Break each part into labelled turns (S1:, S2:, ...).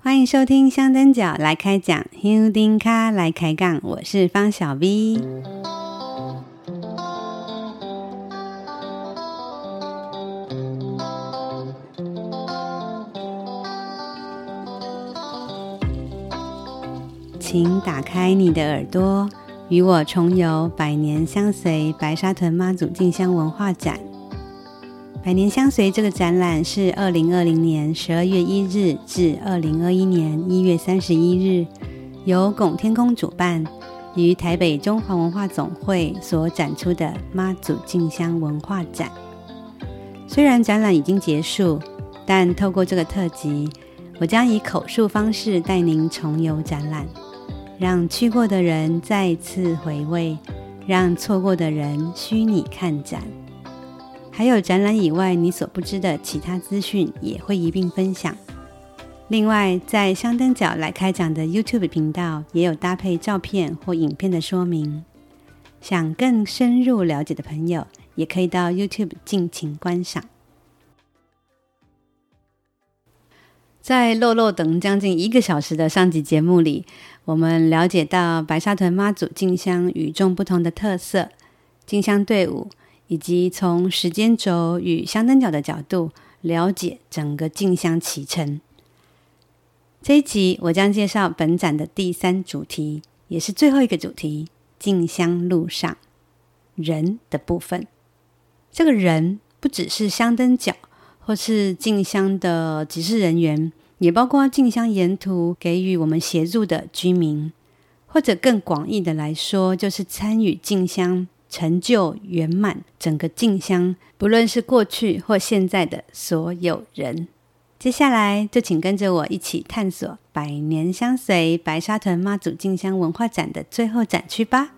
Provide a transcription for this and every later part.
S1: 欢迎收听香灯脚来开讲，香灯卡来开杠，我是方小 V。请打开你的耳朵，与我重游百年相随白沙屯妈祖进香文化展。百年相随这个展览是2020年12月1日至2021年1月31日由拱天宫主办，于台北中华文化总会所展出的妈祖进香文化展。虽然展览已经结束，但透过这个特辑，我将以口述方式带您重游展览，让去过的人再次回味，让错过的人虚拟看展。还有展览以外你所不知的其他资讯也会一并分享。另外，在香灯脚来开讲的 YouTube 频道也有搭配照片或影片的说明，想更深入了解的朋友也可以到 YouTube 尽情观赏。在漏漏等将近1个小时的上集节目里，我们了解到白沙屯妈祖进香与众不同的特色、进香队伍，以及从时间轴与香灯脚的角度了解整个进香期程。这一集我将介绍本展的第3主题，也是最后一个主题，进香路上人的部分。这个人不只是香灯脚或是进香的指示人员，也包括进香沿途给予我们协助的居民，或者更广义的来说，就是参与进香成就圆满整个进香，不论是过去或现在的所有人。接下来就请跟着我一起探索百年相随白沙屯妈祖进香文化展的最后展区吧。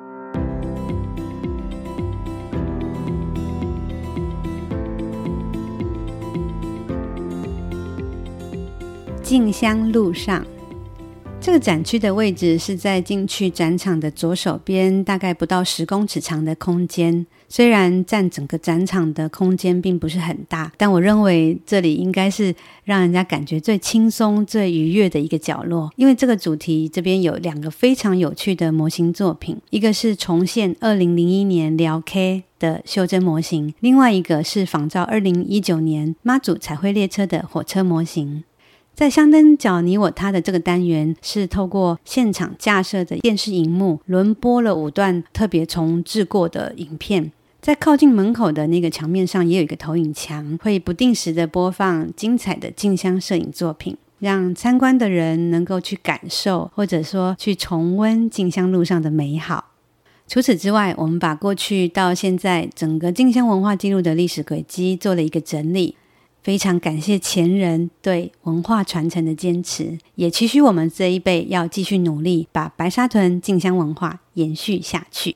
S1: 进香路上，这个展区的位置是在进去展场的左手边，大概不到10公尺长的空间。虽然占整个展场的空间并不是很大，但我认为这里应该是让人家感觉最轻松最愉悦的一个角落。因为这个主题这边有2个非常有趣的模型作品，一个是重现2001年辽 K 的袖珍模型，另外一个是仿照2019年妈祖彩绘列车的火车模型。在香灯脚你我他的这个单元，是透过现场架设的电视荧幕轮播了5段特别重制过的影片。在靠近门口的那个墙面上也有一个投影墙，会不定时的播放精彩的进香摄影作品，让参观的人能够去感受，或者说去重温进香路上的美好。除此之外，我们把过去到现在整个进香文化记录的历史轨迹做了一个整理，非常感谢前人对文化传承的坚持，也期许我们这一辈要继续努力，把白沙屯进香文化延续下去。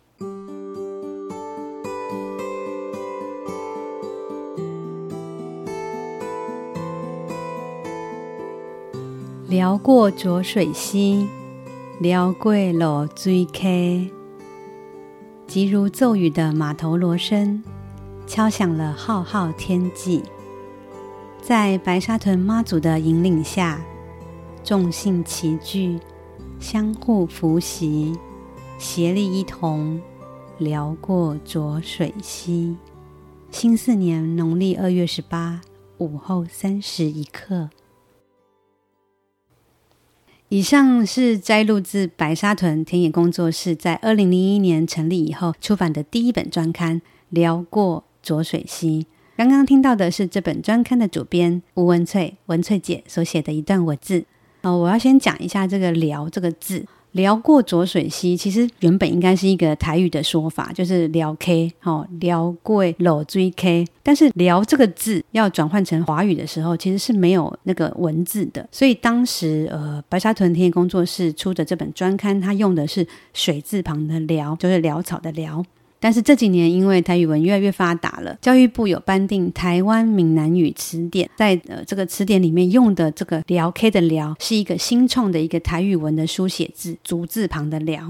S1: 撩过浊水溪，撩过落水溪，急如骤雨的马头锣声敲响了浩浩天际。在白沙屯妈祖的引领下，众信齐聚，相互扶习，协力一同撩过浊水溪。辛巳年农历2月18午后3时1刻。以上是摘录自白沙屯田野工作室在2001年成立以后出版的第1本专刊《撩过浊水溪》。刚刚听到的是这本专刊的主编吴文翠文翠姐所写的一段文字。我要先讲一下这个撩这个字。撩过浊水溪其实原本应该是一个台语的说法，就是撩 K 撩过落水溪，但是撩这个字要转换成华语的时候其实是没有那个文字的，所以当时白沙屯田野工作室出的这本专刊，它用的是水字旁的撩，就是潦草的潦。但是这几年因为台语文越来越发达了，教育部有颁定台湾闽南语词典，在这个词典里面用的这个撩 K 的撩是一个新创的一个台语文的书写字，足字旁的撩。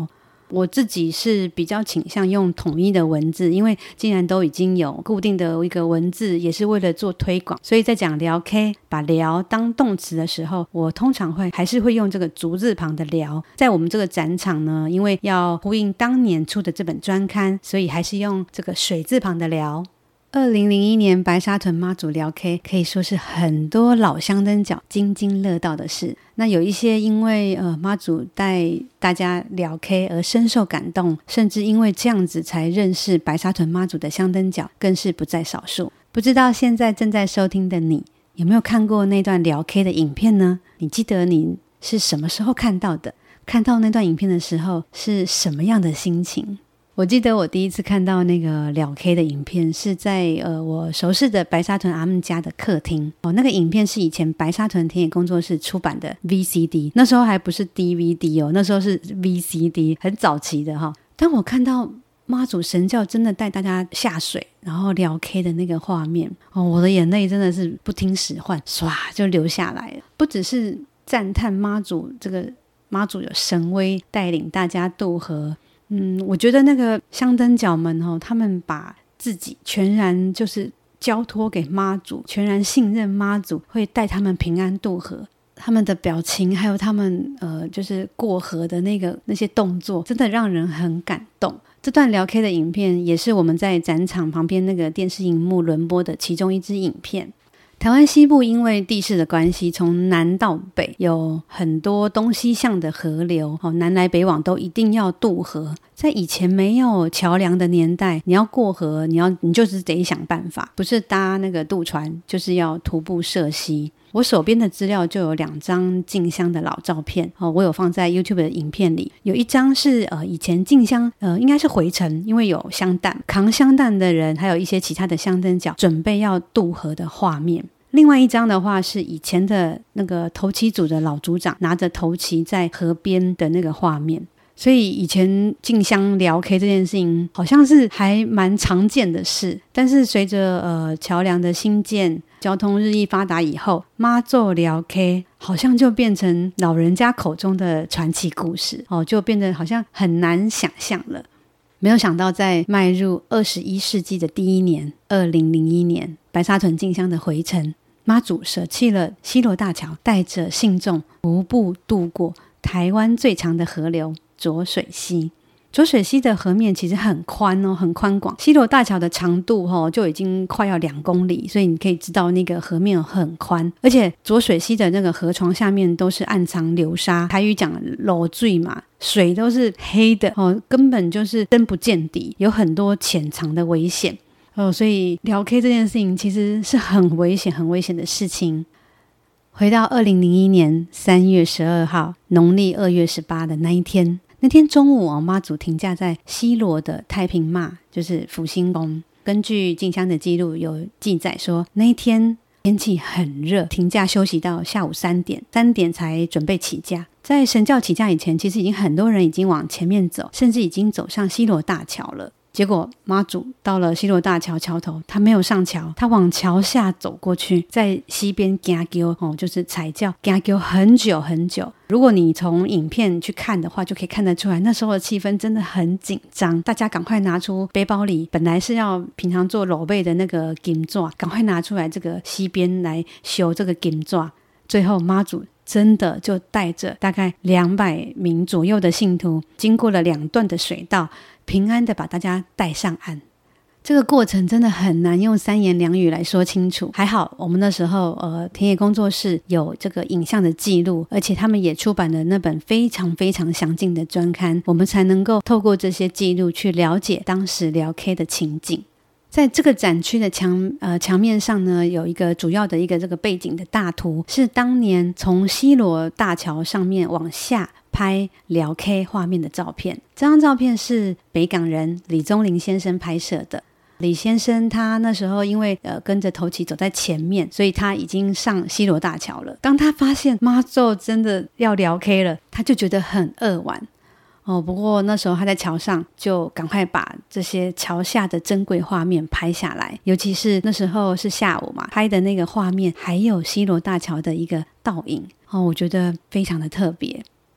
S1: 我自己是比较倾向用统一的文字，因为既然都已经有固定的一个文字，也是为了做推广，所以在讲聊 K 把聊当动词的时候，我通常还是会用这个足字旁的聊。在我们这个展场呢，因为要呼应当年出的这本专刊，所以还是用这个水字旁的聊。2001年白沙屯妈祖聊 K 可以说是很多老香灯脚津津乐道的事。那有一些因为妈祖带大家聊 K 而深受感动，甚至因为这样子才认识白沙屯妈祖的香灯脚，更是不在少数。不知道现在正在收听的你有没有看过那段聊 K 的影片呢？你记得你是什么时候看到的？看到那段影片的时候是什么样的心情？我记得我第一次看到那个聊 K 的影片是在我熟识的白沙屯阿们家的客厅。那个影片是以前白沙屯田野工作室出版的 VCD， 那时候还不是 DVD 那时候是 VCD， 很早期的哈。当我看到妈祖神教真的带大家下水然后聊 K 的那个画面，我的眼泪真的是不听使唤，唰就流下来了。不只是赞叹妈祖有神威带领大家渡河，我觉得那个香灯脚们他们把自己全然就是交托给妈祖，全然信任妈祖会带他们平安渡河。他们的表情还有他们就是过河的那些动作，真的让人很感动。这段聊 K 的影片也是我们在展场旁边那个电视荧幕轮播的其中一支影片。台湾西部因为地势的关系，从南到北有很多东西向的河流，南来北往都一定要渡河。在以前没有桥梁的年代，你要过河，你就是得想办法，不是搭那个渡船，就是要徒步涉溪。我手边的资料就有2张进香的老照片，我有放在 YouTube 的影片里。有一张是以前进香应该是回程，因为有香担，扛香担的人还有一些其他的香灯脚准备要渡河的画面。另外一张的话是以前的那个头旗组的老组长拿着头旗在河边的那个画面。所以以前进香聊 K 这件事情好像是还蛮常见的事，但是随着桥梁的兴建，交通日益发达以后，妈祖聊 K 好像就变成老人家口中的传奇故事，就变得好像很难想象了。没有想到在迈入21世纪的第一年2001年白沙屯进香的回程，妈祖舍弃了西螺大桥，带着信众徒步渡过台湾最长的河流浊水溪。浊水溪的河面其实很宽很宽广，西螺大桥的长度就已经快要2公里，所以你可以知道那个河面很宽。而且浊水溪的那个河床下面都是暗藏流沙，台语讲漏水嘛，水都是黑的根本就是深不见底，有很多潜藏的危险所以聊 K 这件事情其实是很危险的事情。回到2001年3月12号农历2月18的那一天中午妈祖停驾在西螺的太平骂，就是福兴宫。根据进香的记录有记载说，那一天天气很热，停驾休息到下午3点才准备起驾。在神教起驾以前，其实已经很多人已经往前面走，甚至已经走上西螺大桥了。结果妈祖到了西螺大桥桥头，他没有上桥，他往桥下走过去，在溪边行叫就是踩轿行叫很久很久。如果你从影片去看的话，就可以看得出来那时候的气氛真的很紧张，大家赶快拿出背包里本来是要平常做滷背的那个金纸，赶快拿出来这个溪边来修这个金纸。最后妈祖真的就带着大概200名左右的信徒，经过了2段的水道，平安的把大家带上岸。这个过程真的很难用3言2语来说清楚，还好我们那时候田野工作室有这个影像的记录，而且他们也出版了那本非常非常详尽的专刊，我们才能够透过这些记录去了解当时聊 K 的情景。在这个展区的墙面上呢，有一个主要的一个这个背景的大图，是当年从西螺大桥上面往下拍聊 K 画面的照片。这张照片是北港人李宗霖先生拍摄的。李先生他那时候因为跟着头旗走在前面，所以他已经上西螺大桥了。当他发现妈祖真的要聊 K 了，他就觉得很扼腕不过那时候他在桥上就赶快把这些桥下的珍贵画面拍下来，尤其是那时候是下午嘛，拍的那个画面还有西螺大桥的一个倒影我觉得非常的特别。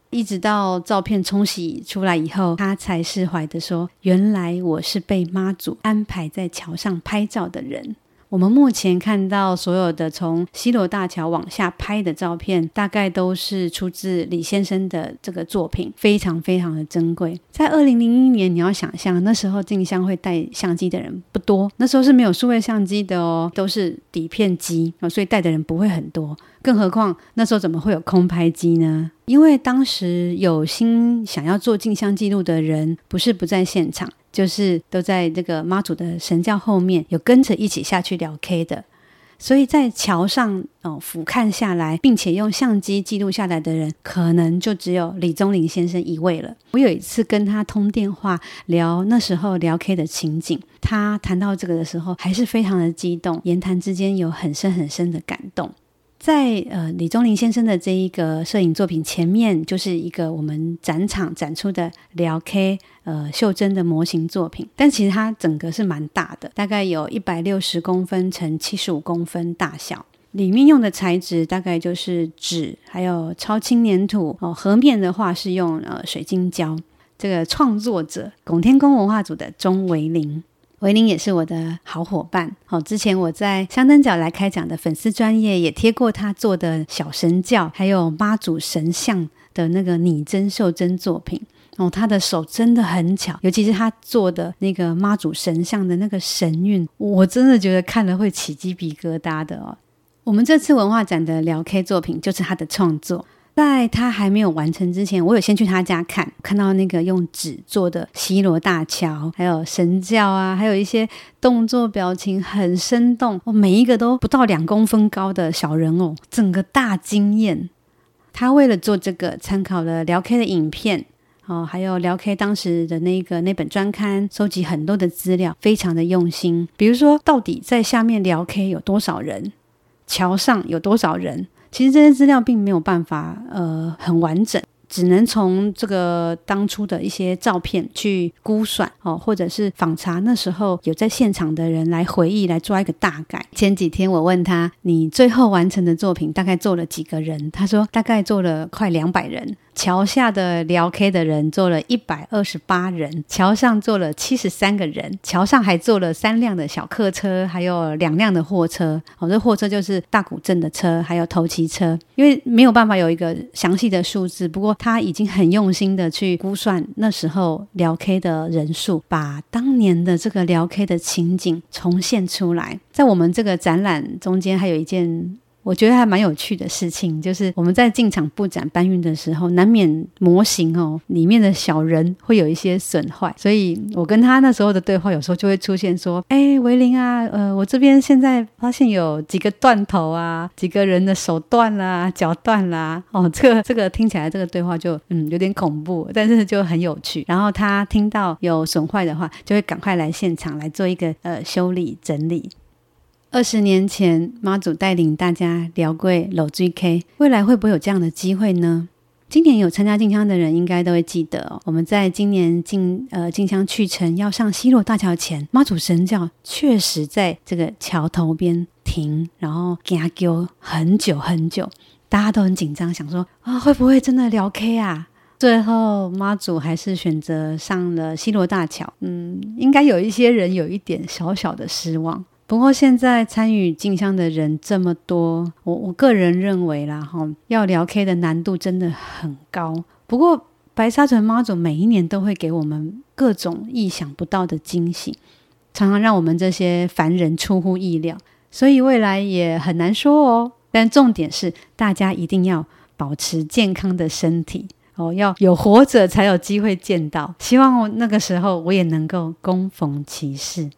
S1: 一直到照片冲洗出来以后，他才释怀的说，原来我是被妈祖安排在桥上拍照的人。我们目前看到所有的从西螺大桥往下拍的照片，大概都是出自李先生的这个作品，非常非常的珍贵。在2001年，你要想象那时候进香会带相机的人不多，那时候是没有数位相机的哦，都是底片机，所以带的人不会很多。更何况那时候怎么会有空拍机呢？因为当时有心想要做进香记录的人，不是不在现场，就是都在这个妈祖的神教后面，有跟着一起下去聊 K 的。所以在桥上俯瞰下来，并且用相机记录下来的人，可能就只有李宗麟先生一位了。我有一次跟他通电话聊那时候聊 K 的情景，他谈到这个的时候还是非常的激动，言谈之间有很深很深的感动。在李宗麟先生的这一个摄影作品前面，就是一个我们展场展出的辽 K 袖珍的模型作品，但其实它整个是蛮大的，大概有160公分乘75公分大小，里面用的材质大概就是纸，还有超轻粘土，盒面的话是用水晶胶。这个创作者拱天宫文化组的钟维林，维林也是我的好伙伴，之前我在香灯角来开讲的粉丝专页也贴过他做的小神教还有妈祖神像的那个拟真袖珍作品。他的手真的很巧，尤其是他做的那个妈祖神像的那个神韵，我真的觉得看了会起鸡皮疙瘩的哦。我们这次文化展的辽 K 作品就是他的创作，在他还没有完成之前，我有先去他家看到那个用纸做的西螺大桥，还有神教啊，还有一些动作表情很生动，每一个都不到2公分高的小人偶，整个大惊艳。他为了做这个参考了辽 K 的影片，还有辽 K 当时的那本专刊，收集很多的资料，非常的用心。比如说到底在下面辽 K 有多少人，桥上有多少人，其实这些资料并没有办法很完整，只能从这个当初的一些照片去估算或者是访查那时候有在现场的人来回忆，来抓一个大概。前几天我问他，你最后完成的作品大概做了几个人？他说大概做了快200人。桥下的辽 K 的人做了128人，桥上做了73个人，桥上还坐了3辆的小客车，还有2辆的货车。这货车就是大古镇的车，还有头旗车。因为没有办法有一个详细的数字，不过他已经很用心的去估算那时候辽 K 的人数，把当年的这个辽 K 的情景重现出来。在我们这个展览中间还有一件我觉得还蛮有趣的事情，就是我们在进场布展搬运的时候，难免模型里面的小人会有一些损坏，所以我跟他那时候的对话有时候就会出现说，维林啊，我这边现在发现有几个断头啊，几个人的手断啦，脚断啦，这个听起来这个对话就有点恐怖，但是就很有趣。然后他听到有损坏的话，就会赶快来现场来做一个修理整理。20年前妈祖带领大家聊过漏水 K， 未来会不会有这样的机会呢？今年有参加进香的人应该都会记得我们在今年进香去程要上西螺大桥前，妈祖神教确实在这个桥头边停，然后行救很久很久，大家都很紧张，想说会不会真的聊 K 啊？最后妈祖还是选择上了西螺大桥，应该有一些人有一点小小的失望。不过现在参与进香的人这么多，我个人认为啦，要聊 K 的难度真的很高。不过白沙屯妈祖每一年都会给我们各种意想不到的惊喜，常常让我们这些凡人出乎意料，所以未来也很难说哦。但重点是大家一定要保持健康的身体要有活着才有机会见到，希望那个时候我也能够恭逢其事。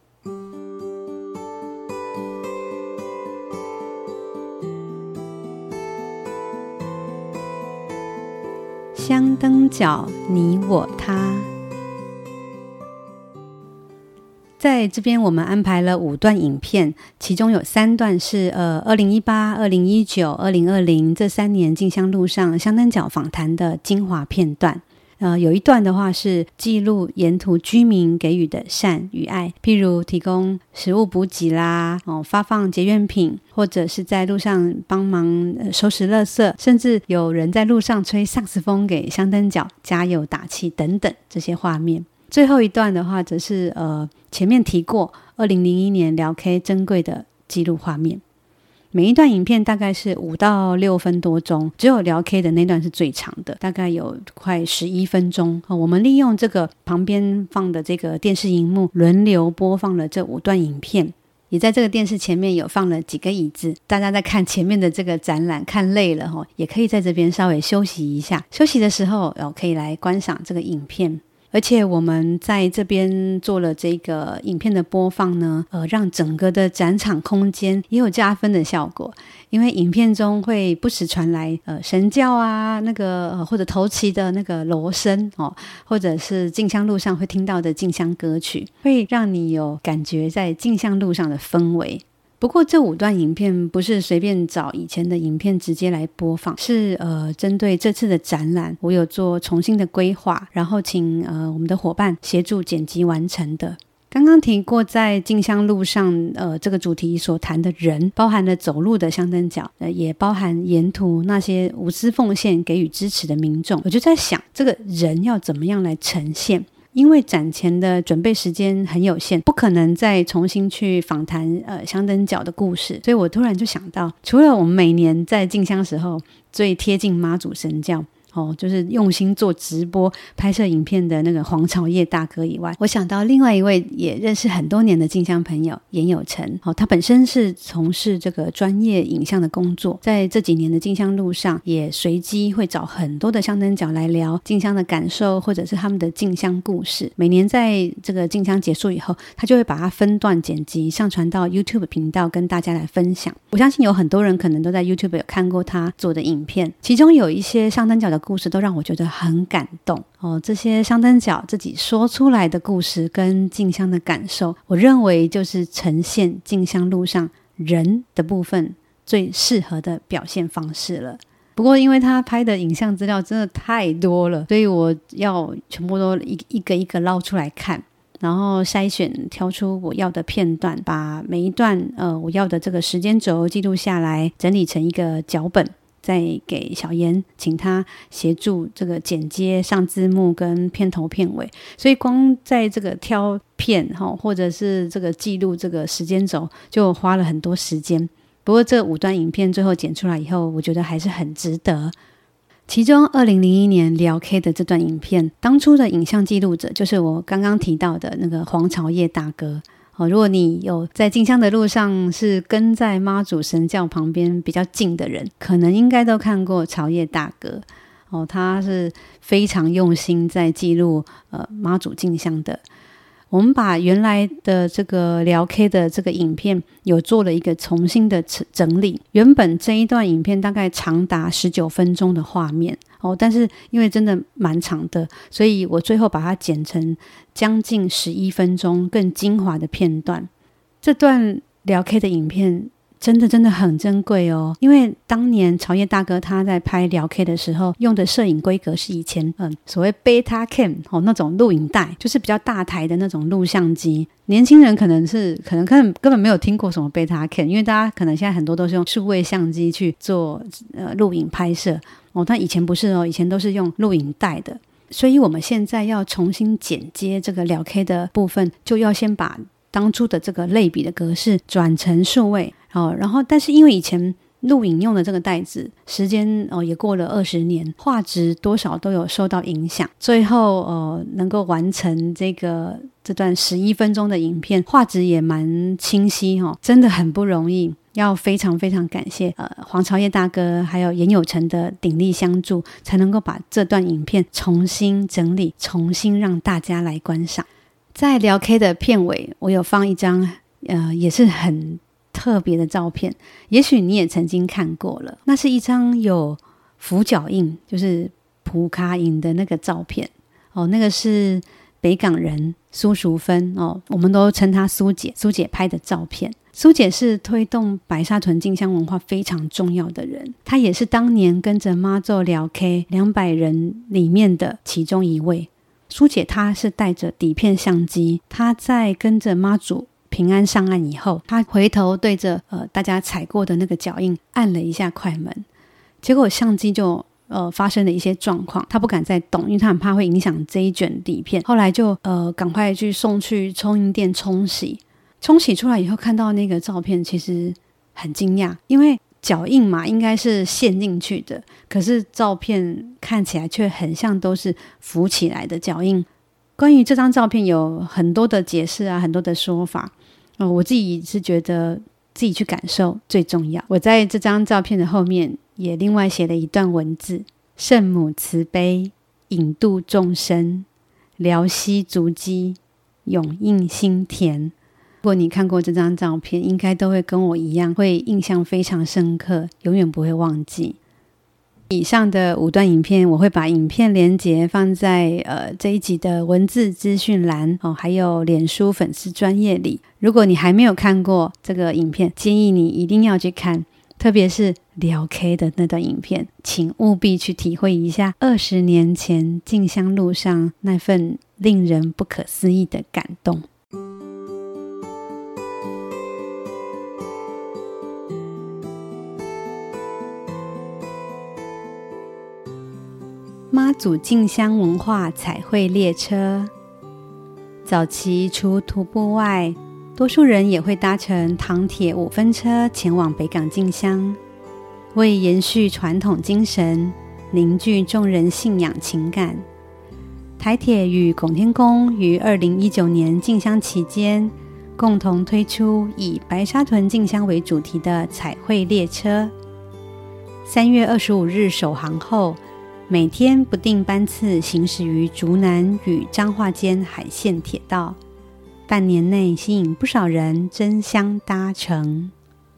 S1: 香灯角你我他，在这边我们安排了5段影片，其中有3段是2018、2019、2020这3年进香路上香灯角访谈的精华片段。 有一段的话是记录沿途居民给予的善与爱，譬如提供食物补给啦，发放节愿品，或者是在路上帮忙收拾垃圾，甚至有人在路上吹萨克斯风给香灯脚加油打气等等这些画面。最后一段的话则是前面提过2001年聊 K 珍贵的记录画面。每一段影片大概是5到6分多钟，只有聊 K 的那段是最长的，大概有快11分钟。我们利用这个旁边放的这个电视荧幕轮流播放了这5段影片，也在这个电视前面有放了几个椅子，大家在看前面的这个展览看累了也可以在这边稍微休息一下，休息的时候可以来观赏这个影片。而且我们在这边做了这个影片的播放呢，让整个的展场空间也有加分的效果。因为影片中会不时传来神教啊，那个或者头旗的那个锣声或者是进香路上会听到的进香歌曲，会让你有感觉在进香路上的氛围。不过这5段影片不是随便找以前的影片直接来播放，是针对这次的展览我有做重新的规划，然后请我们的伙伴协助剪辑完成的。刚刚提过在进香路上这个主题所谈的人，包含了走路的香灯脚，也包含沿途那些无私奉献给予支持的民众。我就在想这个人要怎么样来呈现，因为展前的准备时间很有限，不可能再重新去访谈香灯脚的故事，所以我突然就想到，除了我们每年在进香时候最贴近妈祖神教就是用心做直播拍摄影片的那个黄朝业大哥以外，我想到另外一位也认识很多年的进香朋友严有成他本身是从事这个专业影像的工作，在这几年的进香路上也随机会找很多的香灯脚来聊进香的感受，或者是他们的进香故事。每年在这个进香结束以后，他就会把它分段剪辑上传到 YouTube 频道跟大家来分享。我相信有很多人可能都在 YouTube 有看过他做的影片，其中有一些香灯脚的故事都让我觉得很感动这些香灯脚自己说出来的故事跟进香的感受，我认为就是呈现进香路上人的部分最适合的表现方式了。不过因为他拍的影像资料真的太多了，所以我要全部都一个一个捞出来看，然后筛选挑出我要的片段，把每一段我要的这个时间轴记录下来，整理成一个脚本，再给小妍请他协助这个剪接上字幕跟片头片尾。所以光在这个挑片或者是这个记录这个时间轴就花了很多时间。不过这5段影片最后剪出来以后，我觉得还是很值得。其中2001年聊 K 的这段影片，当初的影像记录者就是我刚刚提到的那个黄朝业大哥如果你有在进香的路上是跟在妈祖神教旁边比较近的人，可能应该都看过朝业大哥他是非常用心在记录妈祖进香的。我们把原来的这个聊 K 的这个影片有做了一个重新的整理，原本这一段影片大概长达19分钟的画面但是因为真的蛮长的，所以我最后把它剪成将近11分钟更精华的片段。这段聊 K 的影片真的很珍贵因为当年朝业大哥他在拍聊 K 的时候用的摄影规格是以前所谓 Beta Cam 那种录影带，就是比较大台的那种录像机。年轻人可能根本没有听过什么 Beta Cam， 因为大家可能现在很多都是用数位相机去做录影拍摄但以前不是以前都是用录影带的。所以我们现在要重新剪接这个聊 K 的部分，就要先把当初的这个类比的格式转成数位然后但是因为以前录影用的这个带子时间也过了20年，画质多少都有受到影响，最后能够完成这段11分钟的影片，画质也蛮清晰真的很不容易，要非常非常感谢黄朝业大哥还有严有成的鼎力相助，才能够把这段影片重新整理，重新让大家来观赏。在聊 K 的片尾我有放一张也是很特别的照片，也许你也曾经看过了，那是一张有浮脚印，就是普卡印的那个照片那个是北港人苏淑芬我们都称她苏姐拍的照片。 苏姐是推动白沙屯进香文化非常重要的人，她也是当年跟着妈祖聊 K 200人里面的其中一位。苏姐她是带着底片相机，她在跟着妈祖平安上岸以后，她回头对着大家踩过的那个脚印按了一下快门，结果相机就发生了一些状况，她不敢再动，因为她很怕会影响这一卷底片。后来就赶快去送去冲印店冲洗出来以后，看到那个照片其实很惊讶，因为脚印嘛应该是陷进去的，可是照片看起来却很像都是浮起来的脚印。关于这张照片有很多的解释啊，很多的说法，我自己是觉得自己去感受最重要。我在这张照片的后面也另外写了一段文字：圣母慈悲，引渡众生，疗息足迹，永印心田。如果你看过这张照片，应该都会跟我一样，会印象非常深刻，永远不会忘记。以上的5段影片，我会把影片连结放在这一集的文字资讯栏还有脸书粉丝专页里。如果你还没有看过这个影片，建议你一定要去看，特别是聊 K 的那段影片，请务必去体会一下20年前进香路上那份令人不可思议的感动。妈祖进香文化彩绘列车，早期除徒步外，多数人也会搭乘糖铁5分车前往北港进香。为延续传统精神，凝聚众人信仰情感，台铁与拱天宫于2019年进香期间，共同推出以白沙屯进香为主题的彩绘列车。3月25日首航后，每天不定班次行驶于竹南与彰化间海线铁道，半年内吸引不少人争相搭乘。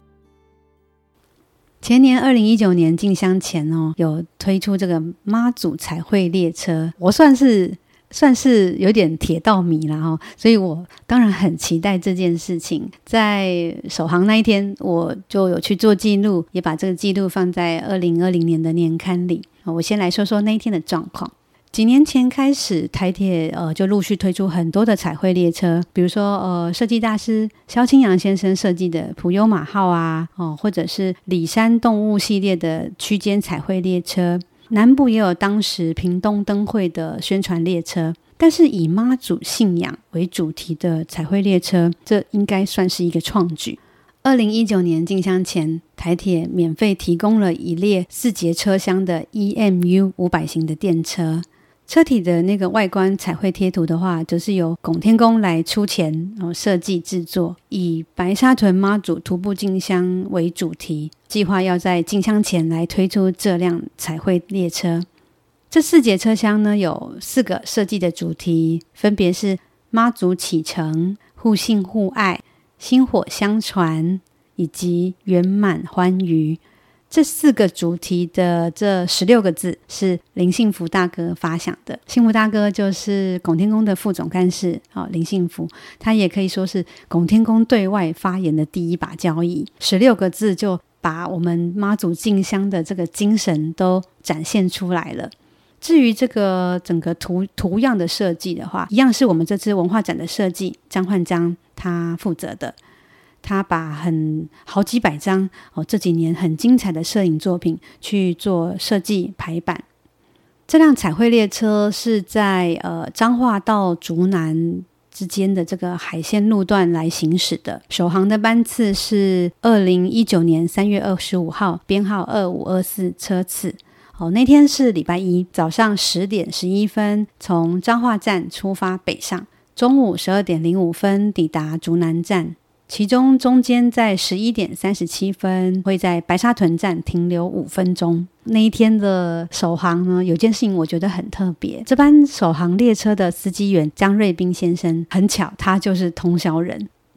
S1: 前年2019年进香前有推出这个妈祖彩绘列车，我算是有点铁道迷啦所以我当然很期待这件事情。在首航那一天，我就有去做记录，也把这个记录放在2020年的年刊里。我先来说说那一天的状况。几年前开始，台铁就陆续推出很多的彩绘列车，比如说设计大师萧清扬先生设计的普悠玛号啊，或者是里山动物系列的区间彩绘列车。南部也有当时屏东灯会的宣传列车，但是以妈祖信仰为主题的彩绘列车，这应该算是一个创举。2019年进香前，台铁免费提供了一列4节车厢的 EMU 500型的电车，车体的那个外观彩绘贴图的话，则是由拱天宫来出钱设计制作，以白沙屯妈祖徒步进香为主题，计划要在进香前来推出这辆彩绘列车。这4节车厢呢，有4个设计的主题，分别是妈祖启程、互信互爱、薪火相传以及圆满欢愉。这4个主题的这16个字是林幸福大哥发想的。幸福大哥就是拱天宫的副总干事林幸福，他也可以说是拱天宫对外发言的第一把交椅。16个字就把我们妈祖进香的这个精神都展现出来了。至于这个整个图样的设计的话，一样是我们这次文化展的设计张焕章他负责的。他把好几百张这几年很精彩的摄影作品去做设计排版。这辆彩绘列车是在彰化到竹南之间的这个海线路段来行驶的。首航的班次是2019年3月25号，编号2524车次。那天是礼拜一，早上10点11分从彰化站出发北上，中午12点05分抵达竹南站，其中中间在11点37分会在白沙屯站停留5分钟。那一天的首航呢，有件事情我觉得很特别，这班首航列车的司机员江瑞斌先生，很巧他就是通霄人。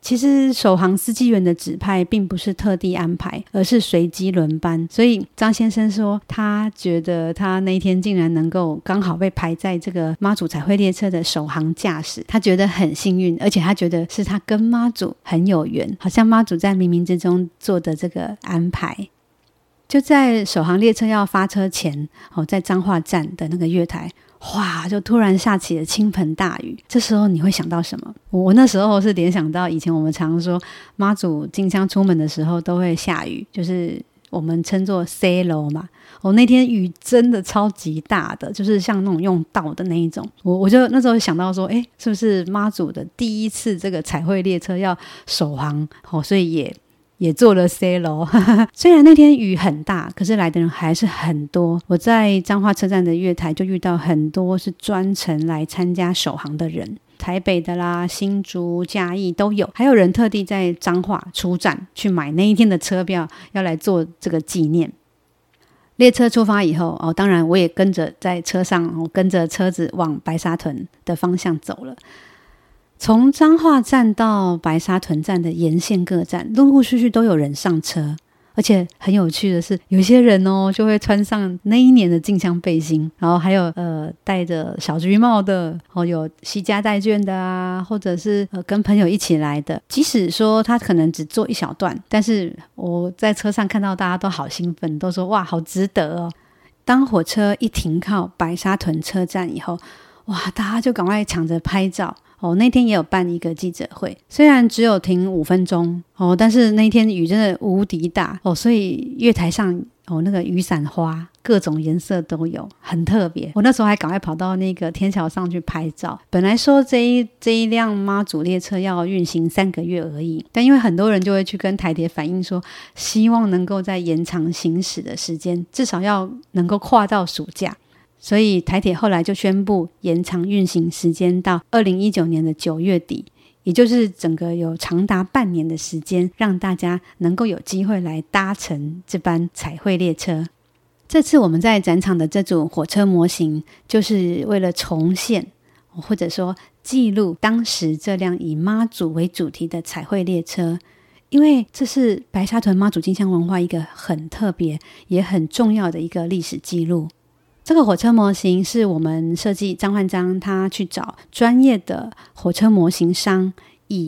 S1: 其实首航司机员的指派并不是特地安排，而是随机轮班，所以张先生说他觉得他那一天竟然能够刚好被排在这个妈祖彩绘列车的首航驾驶，他觉得很幸运，而且他觉得是他跟妈祖很有缘，好像妈祖在冥冥之中做的这个安排。就在首航列车要发车前，在彰化站的那个月台，哗，就突然下起了倾盆大雨。这时候你会想到什么？我那时候是联想到以前我们常说妈祖进香出门的时候都会下雨，就是我们称作 C 楼嘛。那天雨真的超级大的，就是像那种用倒的那一种。我就那时候想到说，是不是妈祖的第一次这个彩绘列车要首航，所以也做了 C 楼。虽然那天雨很大，可是来的人还是很多。我在彰化车站的月台就遇到很多是专程来参加首航的人，台北的啦、新竹、嘉义都有，还有人特地在彰化出站去买那一天的车票，要来做这个纪念。列车出发以后，当然我也跟着在车上，跟着车子往白沙屯的方向走了。从彰化站到白沙屯站的沿线各站，陆陆续续都有人上车，而且很有趣的是，有些人就会穿上那一年的进香背心，然后还有戴着小橘帽的，有惜家带眷的啊，或者是跟朋友一起来的。即使说他可能只坐一小段，但是我在车上看到大家都好兴奋，都说哇好值得哦。当火车一停靠白沙屯车站以后，哇，大家就赶快抢着拍照。那天也有办一个记者会，虽然只有停5分钟但是那天雨真的无敌大所以月台上那个雨伞花各种颜色都有，很特别。我那时候还赶快跑到那个天桥上去拍照。本来说这一辆妈祖列车要运行3个月而已，但因为很多人就会去跟台铁反映说，希望能够再延长行驶的时间，至少要能够跨到暑假。所以台铁后来就宣布延长运行时间到2019年的9月底，也就是整个有长达半年的时间，让大家能够有机会来搭乘这班彩绘列车。这次我们在展场的这组火车模型，就是为了重现或者说记录当时这辆以妈祖为主题的彩绘列车，因为这是白沙屯妈祖进香文化一个很特别也很重要的一个历史记录。这个火车模型是我们设计张焕章他去找专业的火车模型商，以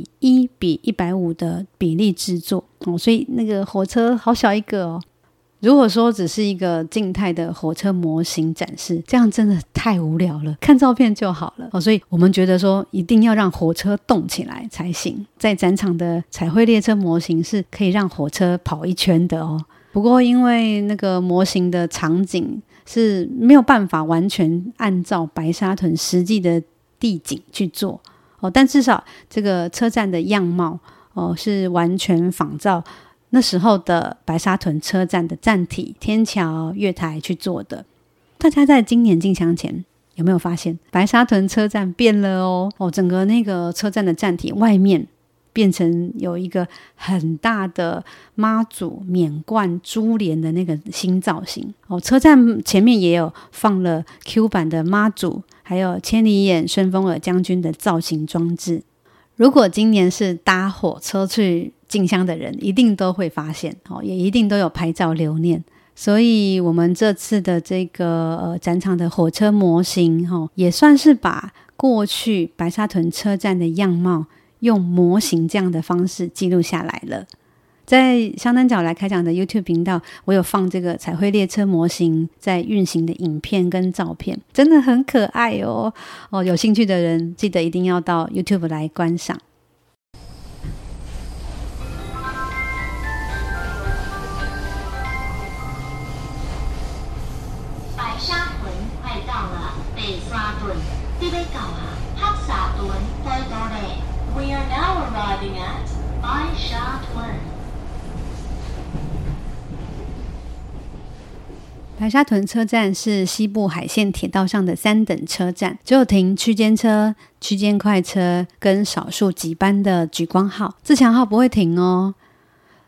S1: 1:150的比例制作所以那个火车好小一个如果说只是一个静态的火车模型展示，这样真的太无聊了，看照片就好了所以我们觉得说一定要让火车动起来才行。在展场的彩绘列车模型是可以让火车跑一圈的不过因为那个模型的场景是没有办法完全按照白沙屯实际的地景去做但至少这个车站的样貌是完全仿照那时候的白沙屯车站的站体、天桥、月台去做的。大家在今年进香前有没有发现白沙屯车站变了整个那个车站的站体外面变成有一个很大的妈祖冕冠珠帘的那个新造型车站前面也有放了 Q 版的妈祖，还有千里眼、顺风耳将军的造型装置。如果今年是搭火车去进香的人，一定都会发现也一定都有拍照留念。所以我们这次的这个展场的火车模型也算是把过去白沙屯车站的样貌用模型这样的方式记录下来了。在香灯脚来开讲的 YouTube 频道，我有放这个彩绘列车模型在运行的影片跟照片，真的很可爱有兴趣的人记得一定要到 YouTube 来观赏。
S2: 白沙屯快到了，白沙屯你要到黑沙屯快到了。We are now arriving at 白沙屯。
S1: 白沙屯车站是西部海线铁道上的3等车站，只有停区间车、区间快车跟少数几班的莒光号，自强号不会停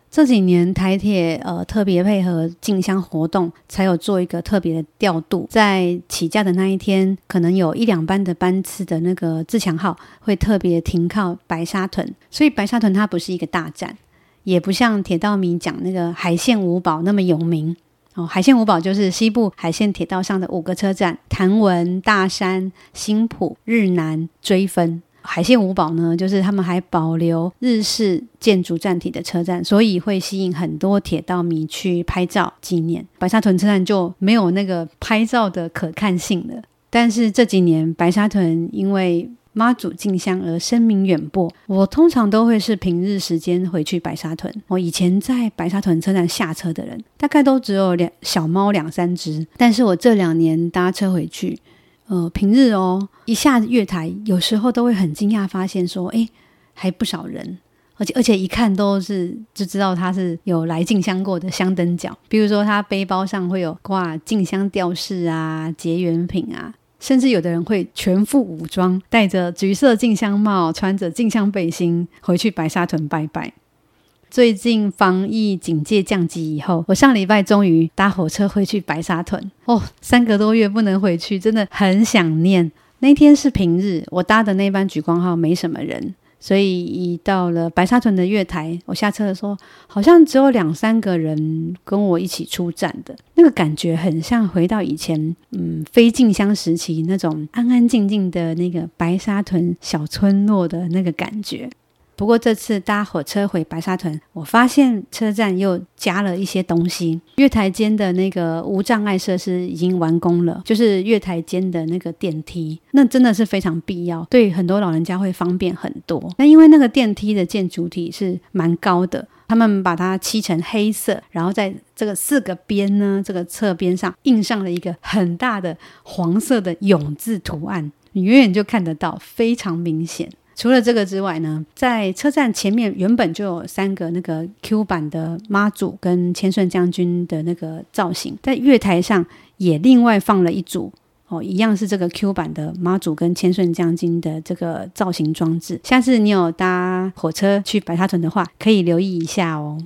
S1: 这几年台铁特别配合进香活动，才有做一个特别的调度，在起驾的那一天，可能有1-2班的班次的那个自强号会特别停靠白沙屯，所以白沙屯它不是一个大站，也不像铁道迷讲那个海线五宝那么有名。海线五宝就是西部海线铁道上的5个车站：潭文、大山、新埔、日南、追分。海线五宝呢，就是他们还保留日式建筑站体的车站，所以会吸引很多铁道迷去拍照纪念。白沙屯车站就没有那个拍照的可看性了。但是这几年白沙屯因为妈祖进香而声名远播，我通常都会是平日时间回去白沙屯。我以前在白沙屯车站下车的人大概都只有小猫2-3只，但是我这2年搭车回去平日一下月台有时候都会很惊讶发现说还不少人，而且一看都是就知道他是有来进香过的香灯脚，比如说他背包上会有挂进香吊饰啊、结缘品啊，甚至有的人会全副武装，戴着橘色进香帽，穿着进香背心回去白沙屯拜拜。最近防疫警戒降级以后，我上礼拜终于搭火车回去白沙屯3个多月不能回去，真的很想念。那天是平日，我搭的那班莒光号没什么人，所以一到了白沙屯的月台，我下车的时候好像只有2-3个人跟我一起出站的，那个感觉很像回到以前非进香时期那种安安静静的那个白沙屯小村落的那个感觉。不过这次搭火车回白沙屯，我发现车站又加了一些东西。月台间的那个无障碍设施已经完工了，就是月台间的那个电梯，那真的是非常必要，对很多老人家会方便很多。那因为那个电梯的建筑体是蛮高的，他们把它漆成黑色，然后在这个4个边呢，这个侧边上印上了一个很大的黄色的永字图案，你远远就看得到，非常明显。除了这个之外呢，在车站前面原本就有3个那个 Q 版的妈祖跟千顺将军的那个造型，在月台上也另外放了一组一样是这个 Q 版的妈祖跟千顺将军的这个造型装置。下次你有搭火车去白沙屯的话，可以留意一下哦。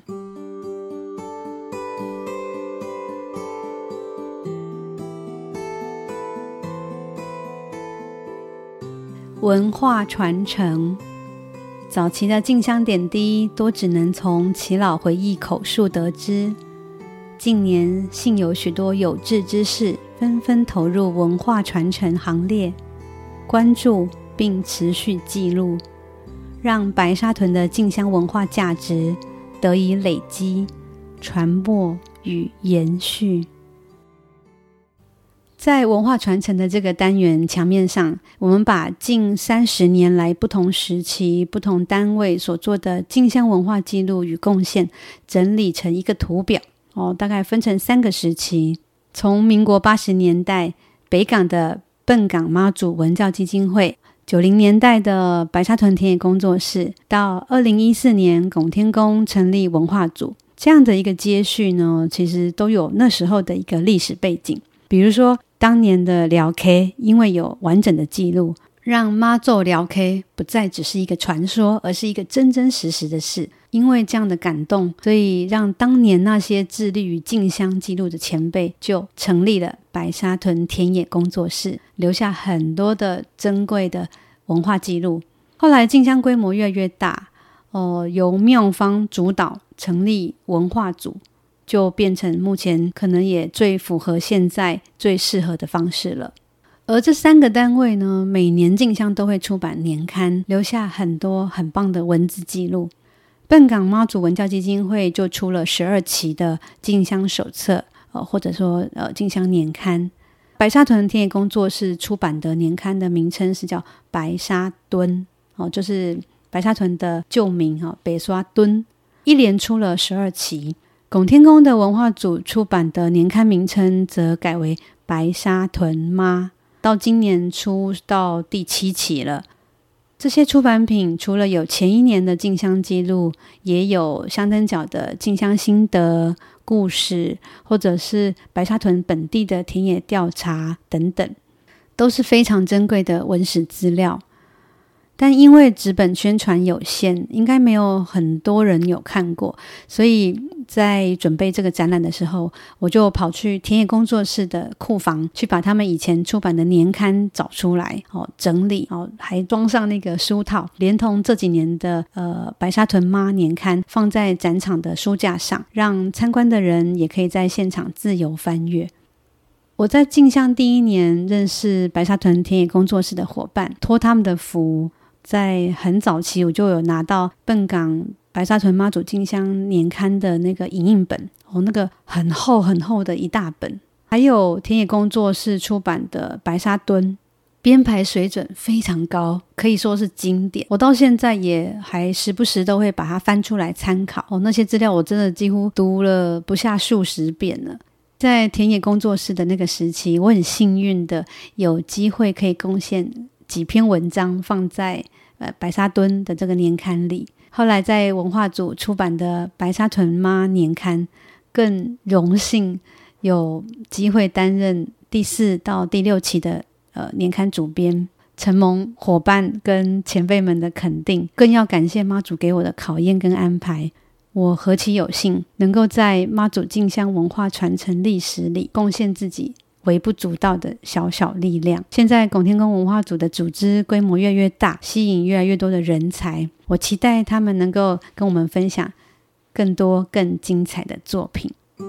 S1: 文化传承，早期的进香点滴多只能从耆老回忆口述得知，近年幸有许多有志之士纷纷投入文化传承行列，关注并持续记录，让白沙屯的进香文化价值得以累积、传播与延续。在文化传承的这个单元墙面上，我们把近30年来不同时期、不同单位所做的进香文化记录与贡献整理成一个图表大概分成3个时期。从民国80年代北港的笨港妈祖文教基金会，90年代的白沙屯田野工作室，到2014年拱天宫成立文化组，这样的一个接续呢，其实都有那时候的一个历史背景。比如说当年的寮 K， 因为有完整的记录，让妈祖寮 K 不再只是一个传说，而是一个真真实实的事。因为这样的感动，所以让当年那些致力于进香记录的前辈就成立了白沙屯田野工作室，留下很多的珍贵的文化记录。后来进香规模越来越大，由庙方主导成立文化组，就变成目前可能也最符合现在最适合的方式了。而这3个单位呢，每年进香都会出版年刊，留下很多很棒的文字记录。笨港妈祖文教基金会就出了12期的进香手册，或者说进香年刊。白沙屯田野工作室出版的年刊的名称是叫白沙墩，就是白沙屯的旧名白沙墩，一连出了12期。拱天宫的文化组出版的年刊名称则改为白沙屯妈，到今年出到第7期了。这些出版品除了有前1年的进香记录，也有香灯脚的进香心得、故事，或者是白沙屯本地的田野调查等等，都是非常珍贵的文史资料。 但因为纸本宣传有限，应该没有很多人有看过，所以在准备这个展览的时候，我就跑去田野工作室的库房去把他们以前出版的年刊找出来，整理，还装上那个书套，连同这几年的白沙屯妈年刊放在展场的书架上，让参观的人也可以在现场自由翻阅。我在进香第1年认识白沙屯田野工作室的伙伴，托他们的福，在很早期我就有拿到笨港白沙屯妈祖进香年刊的那个影印本，那个很厚很厚的一大本，还有田野工作室出版的白沙墩，编排水准非常高，可以说是经典。我到现在也还时不时都会把它翻出来参考，那些资料我真的几乎读了不下数十遍了。在田野工作室的那个时期，我很幸运的有机会可以贡献几篇文章放在白沙墩的这个年刊里。后来在文化组出版的白沙屯妈年刊，更荣幸有机会担任第4到第6期的年刊主编，承蒙伙伴跟前辈们的肯定，更要感谢妈祖给我的考验跟安排。我何其有幸能够在妈祖进香文化传承历史里贡献自己微不足道的小小力量。现在拱天宫文化组的组织规模越来越大，吸引越来越多的人才，我期待他们能够跟我们分享更多更精彩的作品。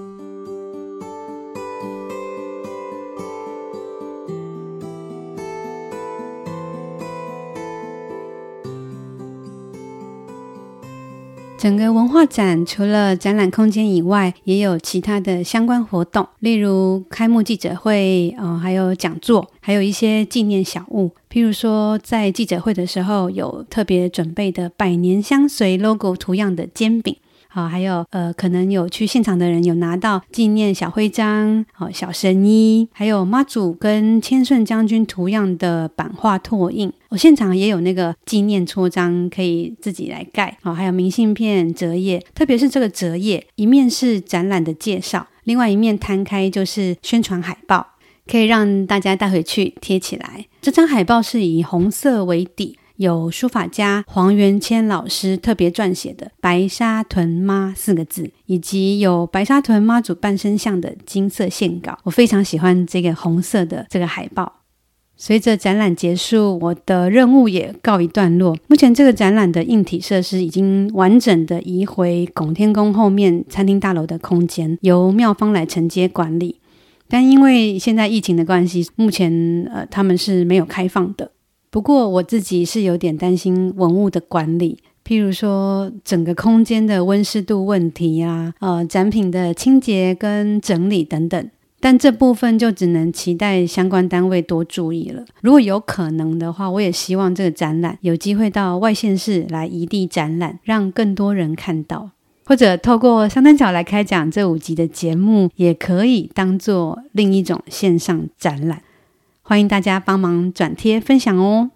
S1: 整个文化展除了展览空间以外，也有其他的相关活动，例如开幕记者会，还有讲座，还有一些纪念小物。譬如说在记者会的时候有特别准备的百年相随 logo 图样的煎饼，还有可能有去现场的人有拿到纪念小徽章，小神衣，还有妈祖跟千顺将军图样的版画拓印。现场也有那个纪念戳章可以自己来盖，还有明信片折页，特别是这个折页，一面是展览的介绍，另外一面摊开就是宣传海报，可以让大家带回去贴起来。这张海报是以红色为底，有书法家黄元谦老师特别撰写的白沙屯妈4个字，以及有白沙屯妈祖半身像的金色线稿。我非常喜欢这个红色的这个海报。随着展览结束，我的任务也告一段落。目前这个展览的硬体设施已经完整的移回拱天宫后面餐厅大楼的空间，由庙方来承接管理。但因为现在疫情的关系，目前他们是没有开放的。不过我自己是有点担心文物的管理，譬如说整个空间的温湿度问题啊，展品的清洁跟整理等等。但这部分就只能期待相关单位多注意了。如果有可能的话，我也希望这个展览有机会到外县市来移地展览，让更多人看到。或者透过香灯脚来开讲这5集的节目，也可以当作另一种线上展览。欢迎大家帮忙转贴分享哦。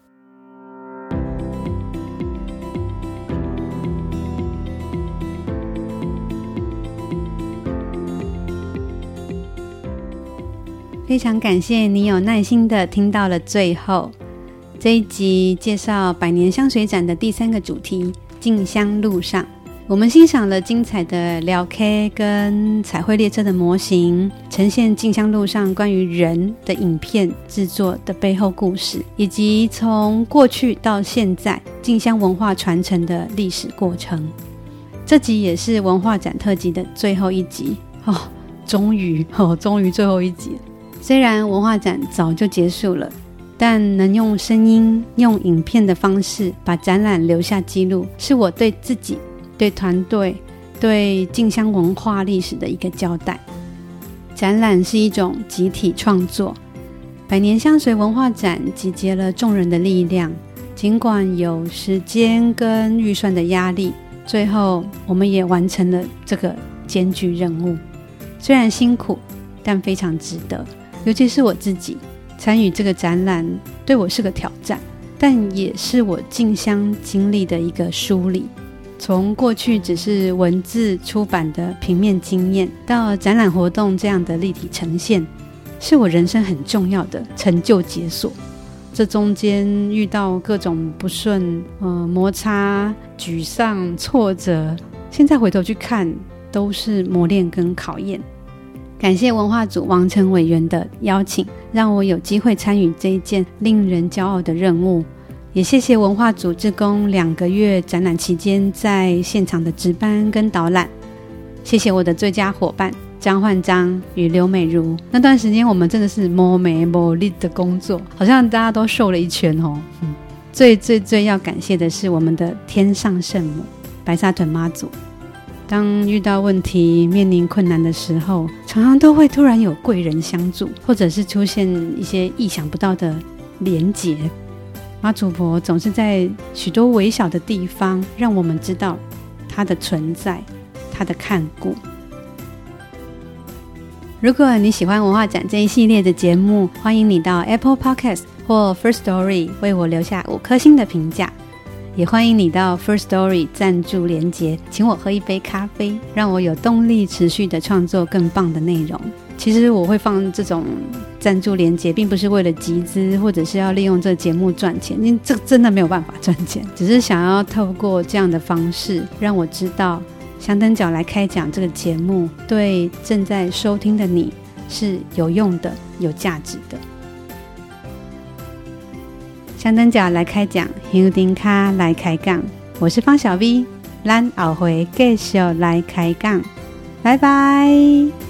S1: 非常感谢你有耐心的听到了最后。这一集介绍百年香水展的第3个主题，进香路上。我们欣赏了精彩的聊 K 跟彩绘列车的模型，呈现进香路上关于人的影片制作的背后故事，以及从过去到现在进香文化传承的历史过程。这集也是文化展特辑的最后一集终于最后一集了。虽然文化展早就结束了，但能用声音、用影片的方式把展览留下记录，是我对自己、对团队、对进香文化历史的一个交代。展览是一种集体创作，百年香随文化展集结了众人的力量，尽管有时间跟预算的压力，最后我们也完成了这个艰巨任务。虽然辛苦，但非常值得。尤其是我自己参与这个展览，对我是个挑战，但也是我进香经历的一个梳理。从过去只是文字出版的平面经验，到展览活动这样的立体呈现，是我人生很重要的成就解锁。 这中间遇到各种不顺、摩擦、沮丧、挫折，现在回头去看都是磨练跟考验。感谢文化组王成委员的邀请，让我有机会参与这一件令人骄傲的任务，也谢谢文化组志工2个月展览期间在现场的值班跟导览，谢谢我的最佳伙伴张焕章与刘美如，那段时间我们真的是没眉没力的工作，好像大家都瘦了一圈哦。最要感谢的是我们的天上圣母白沙屯妈祖，当遇到问题面临困难的时候，常常都会突然有贵人相助，或者是出现一些意想不到的连结。妈祖婆总是在许多微小的地方让我们知道她的存在，她的看顾。如果你喜欢文化展这一系列的节目，欢迎你到 Apple Podcast 或 First Story 为我留下5颗星的评价，也欢迎你到 First Story 赞助连结，请我喝一杯咖啡，让我有动力持续的创作更棒的内容。其实我会放这种赞助连结，并不是为了集资，或者是要利用这个节目赚钱，因为这真的没有办法赚钱，只是想要透过这样的方式，让我知道香灯脚来开讲这个节目对正在收听的你是有用的、有价值的。香灯脚来开讲，香灯卡来开讲，我是方小 V， 咱后回继续来开讲，拜拜。